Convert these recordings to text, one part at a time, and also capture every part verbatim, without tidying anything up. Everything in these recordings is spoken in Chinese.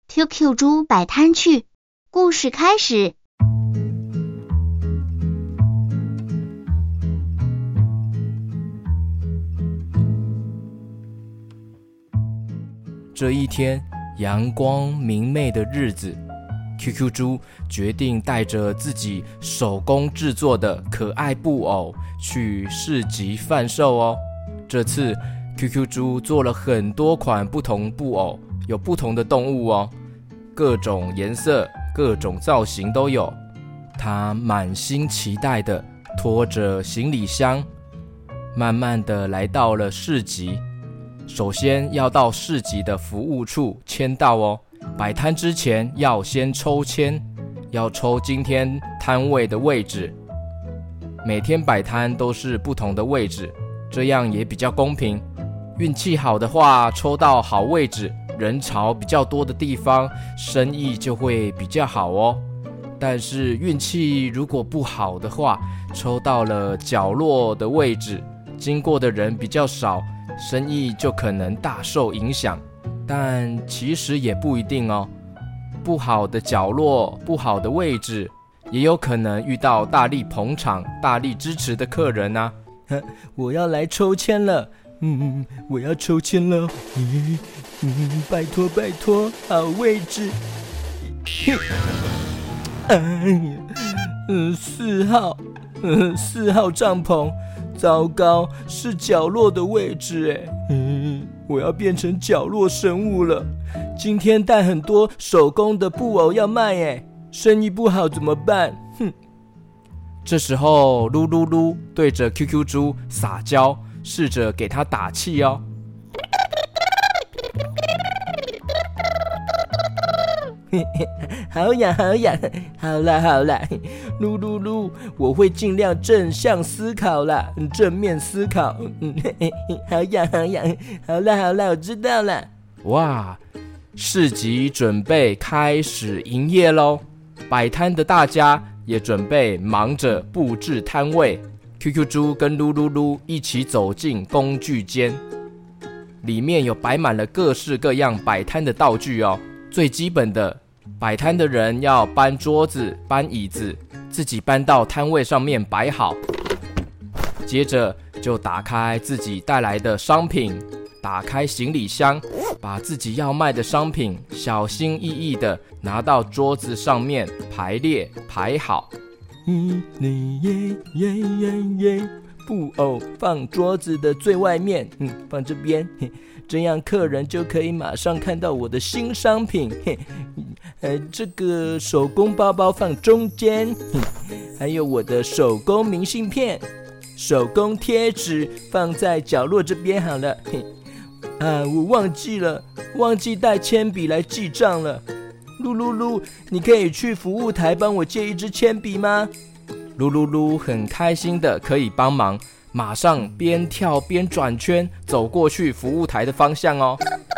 Q Q 猪摆摊去，故事开始。 这一天阳光明媚的日子， Q Q 猪决定带着自己手工制作的可爱布偶去市集贩售哦。这次 Q Q 猪做了很多款不同布偶，有不同的动物哦，各种颜色、各种造型都有。他满心期待的拖着行李箱，慢慢的来到了市集。首先要到市集的服务处签到哦，摆摊之前要先抽签，要抽今天摊位的位置。每天摆摊都是不同的位置，这样也比较公平。运气好的话，抽到好位置，人潮比较多的地方，生意就会比较好哦。但是运气如果不好的话，抽到了角落的位置，经过的人比较少，生意就可能大受影响。但其实也不一定哦，不好的角落、不好的位置，也有可能遇到大力捧场、大力支持的客人啊。我要来抽签了，嗯，我要抽签了，嗯嗯，拜托拜托，好位置。哎呀，嗯，四号，嗯，四号帐篷，糟糕，是角落的位置哎，嗯，我要变成角落生物了。今天带很多手工的布偶要卖哎，生意不好怎么办？哼！这时候，噜噜噜对着 Q Q 猪撒娇，试着给他打气哦。好痒好痒，好啦好啦，噜噜噜，我会尽量正向思考啦，正面思考。好痒好痒，好啦好啦，我知道啦。哇，市集准备开始营业咯，摆摊的大家也准备忙着布置摊位。Q Q 猪跟噜噜噜一起走进工具间，里面有摆满了各式各样摆摊的道具哦。最基本的，摆摊的人要搬桌子、搬椅子，自己搬到摊位上面摆好。接着就打开自己带来的商品，打开行李箱，把自己要卖的商品小心翼翼地拿到桌子上面排列排好。嗯，耶耶耶耶，布偶放桌子的最外面，嗯，放这边，这样客人就可以马上看到我的新商品。呃，这个手工包包放中间，还有我的手工明信片、手工贴纸放在角落这边好了。啊，我忘记了，忘记带铅笔来记账了。噜噜噜，你可以去服务台帮我借一支铅笔吗？噜噜噜很开心的可以帮忙，马上边跳边转圈走过去服务台的方向哦。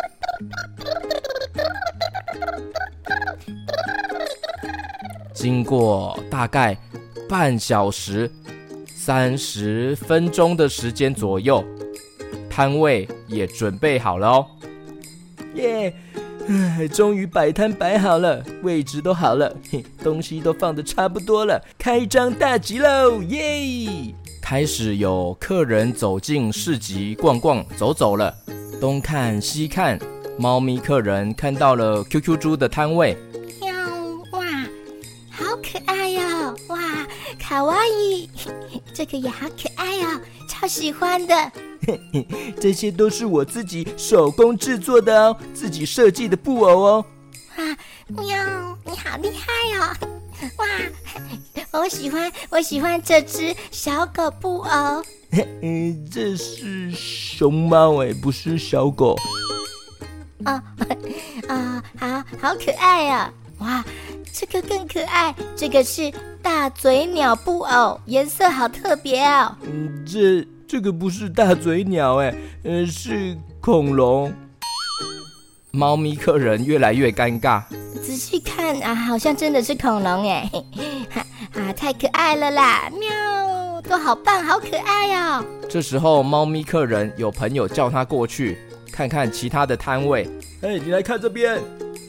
经过大概半小时、三十分钟的时间左右，摊位也准备好了哦。耶！终于摆摊摆好了，位置都好了，东西都放得差不多了，开张大吉喽！耶！开始有客人走进市集逛逛走走了，东看西看，猫咪客人看到了 Q Q 猪的摊位， 喵！哇，好可爱哟！哇，卡哇伊，这个也好可爱哦，超喜欢的。 这些都是我自己手工制作的哦，自己设计的布偶哦。 哇，喵，你好厉害哦！哇，我喜欢，我喜欢这只小狗布偶。 嗯，这是熊猫哎，不是小狗。 哦，啊、哦，好好可爱啊！哇，这个更可爱，这个是大嘴鸟布偶，颜色好特别哦。 嗯，这。这个不是大嘴鸟哎，呃，是恐龙。猫咪客人越来越尴尬， 仔细看啊，好像真的是恐龙哎，啊，太可爱了啦！喵，都好棒，好可爱哦。 这时候，猫咪客人有朋友叫他过去看看其他的摊位。哎，你来看这边，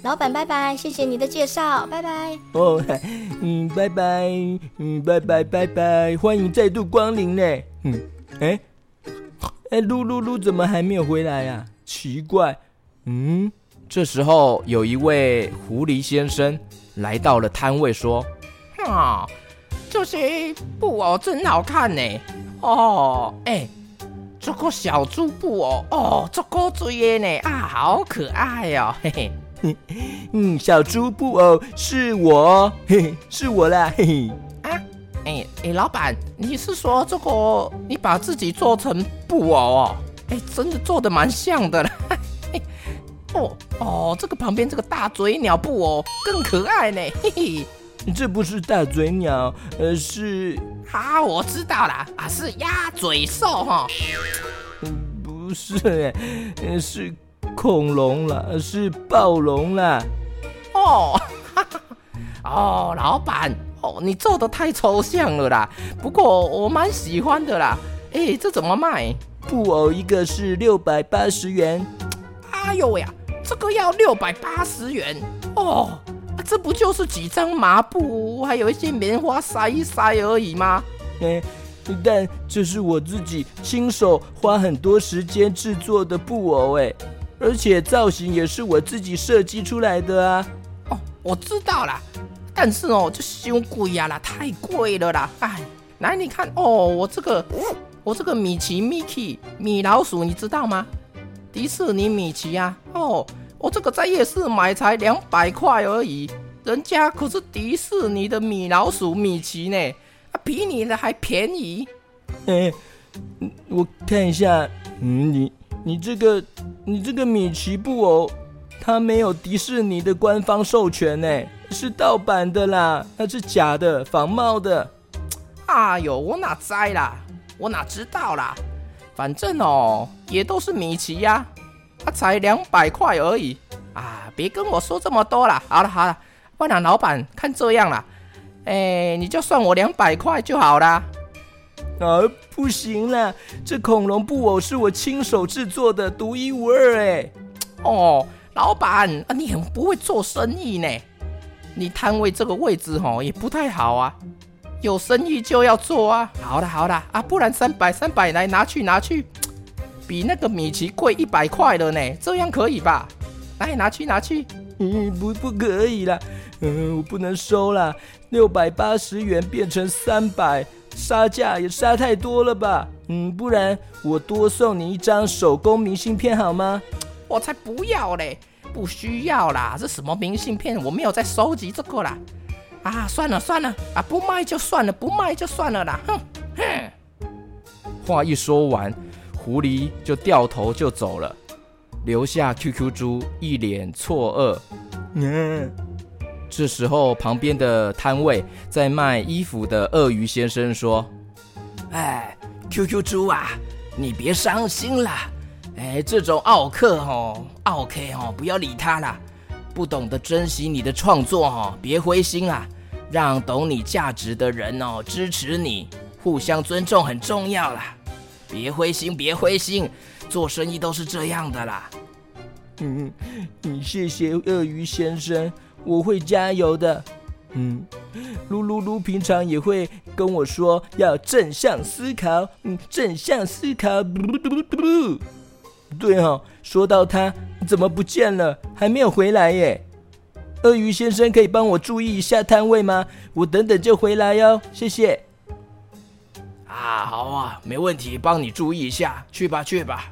老板拜拜，谢谢你的介绍，拜拜。 哦，嗯，拜拜，嗯，拜拜拜拜，欢迎再度光临呢。嗯，哎，哎，噜噜噜怎么还没有回来啊？奇怪。嗯，这时候有一位狐狸先生来到了摊位，说：“ 啊，这些布偶真好看呢。哦，哎，这个小猪布偶，哦，这个追的呢，啊，好可爱哦，嘿嘿。” 嗯，小猪布偶是我，嘿嘿，是我啦，嘿嘿。 啊，哎哎，老板，你是说这个你把自己做成布偶哦？哎，真的做得蛮像的啦。哦哦，这个旁边这个大嘴鸟布偶更可爱呢，嘿嘿。 这不是大嘴鸟，呃，是…… 啊，我知道啦，啊，是鸭嘴兽哈。 嗯，不是，哎，是。恐龙啦，是暴龙啦。 哦，哈哈，哦，老板，哦，你做的太抽象了啦。不过我蛮喜欢的啦。哎，这怎么卖？ 布偶一个是六百八十元。 哎呦呀，这个要六百八十元哦。这不就是几张麻布，还有一些棉花塞一塞而已吗？ 哎，但这是我自己亲手花很多时间制作的布偶，哎。而且造型也是我自己设计出来的啊！ 哦，我知道啦，但是哦，这太贵呀啦，太贵了啦！哎，来你看哦，我这个，我这个米奇 Mickey 米老鼠，你知道吗？迪士尼米奇啊，哦，我这个在夜市买才两百块而已，人家可是迪士尼的米老鼠米奇呢，啊，比你的还便宜。 哎，我看一下，嗯，你。你这个，你这个米奇布偶，它没有迪士尼的官方授权呢，是盗版的啦，它是假的，仿冒的。 哎呦，我哪知啦，我哪知道啦，反正哦，也都是米奇呀，它才两百块而已啊！别跟我说这么多啦，好了好了，不然老板看这样啦，哎，你就算我两百块就好啦。 啊，不行啦！这恐龙布偶是我亲手制作的，独一无二哎。 哦，老板啊，你很不会做生意呢。你摊位这个位置哦也不太好啊，有生意就要做啊。好啦好啦啊，不然三百三百来拿去拿去，比那个米奇贵一百块了呢，这样可以吧？来拿去拿去。 嗯，不不可以啦，嗯，我不能收啦，六百八十元变成三百。杀价也杀太多了吧？嗯，不然我多送你一张手工明信片好吗？ 我才不要嘞，不需要啦，这什么明信片，我没有在收集这个啦。啊，算了算了啊，不卖就算了，不卖就算了啦。哼哼。 话一说完，狐狸就掉头就走了，留下 Q Q 猪一脸错愕。嗯。这时候，旁边的摊位在卖衣服的鳄鱼先生说：“ 哎 ，Q Q 猪啊，你别伤心啦。哎，这种奥客哦，奥 K 哦，不要理他啦。不懂得珍惜你的创作哦，别灰心啦。让懂你价值的人哦支持你，互相尊重很重要啦。别灰心，别灰心，做生意都是这样的啦。 嗯，你谢谢鳄鱼先生。”我会加油的，嗯，噜噜噜平常也会跟我说要正向思考，嗯，正向思考，噜噜噜。对哦，说到他怎么不见了，还没有回来耶？鳄鱼先生可以帮我注意一下摊位吗？我等等就回来哟，谢谢。 啊，好啊，没问题，帮你注意一下，去吧去吧。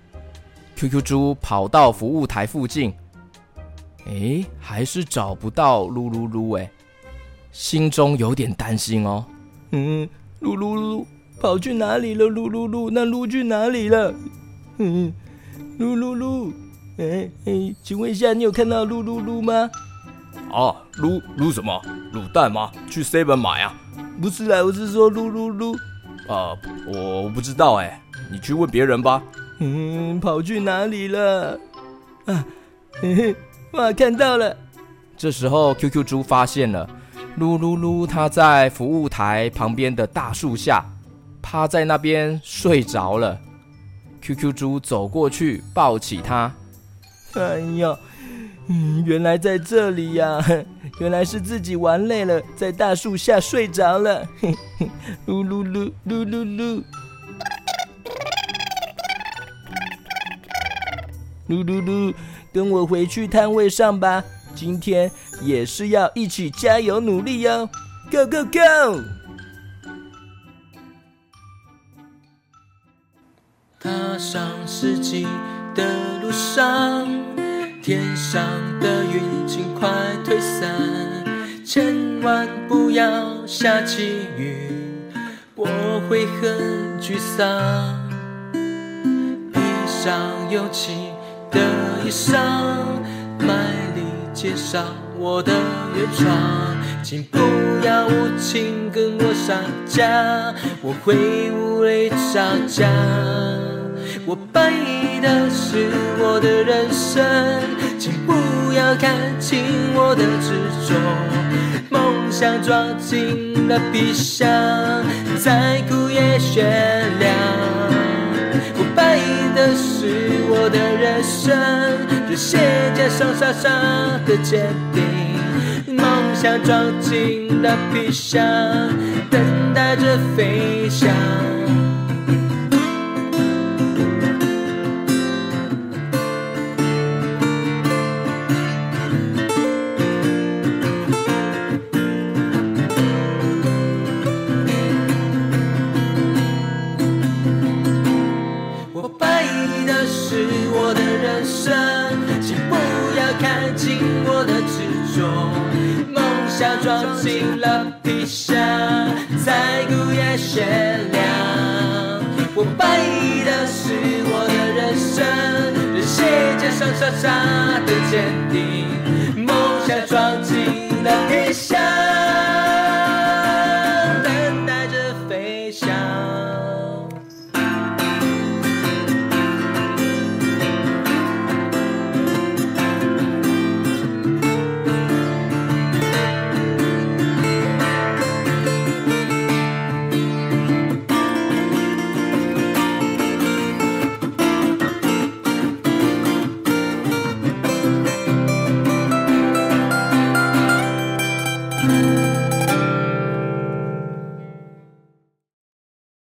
Q Q 猪跑到服务台附近。哎，还是找不到噜噜噜哎，心中有点担心哦。嗯，噜噜噜跑去哪里了？噜噜噜，那噜去哪里了？嗯，噜噜噜，哎哎，请问一下，你有看到噜噜噜吗？ 啊，噜噜什么？卤蛋吗？去 seven 买啊？ 不是啦，我是说噜噜噜。 啊，我不知道哎，你去问别人吧。 嗯，跑去哪里了？啊，嘿嘿。哇，看到了！这时候 Q Q 猪发现了噜噜噜，他在服务台旁边的大树下趴在那边睡着了。Q Q 猪走过去抱起他，哎呀， 嗯，原来在这里呀、啊！原来是自己玩累了，在大树下睡着了。噜噜噜噜噜噜，噜噜噜，跟我回去摊位上吧。今天也是要一起加油努力哟 ！Go go go！ 踏上世纪的路上，天上的云尽快退散，千万不要下起雨，我会很沮丧。披上有漆的衣裳，卖力介绍我的原创，请不要无情跟我上架，我会无力吵架。我在意的是我的人生，请不要看清我的执着，梦想装进了皮箱，再苦也炫亮。我在意的是我的人生，热血加上傻傻的坚定，梦想装进了皮箱，等待着飞翔。装进了皮箱，再苦也炫亮。我在意的是我的人生，热血加上傻傻的坚定，梦想装进了皮箱。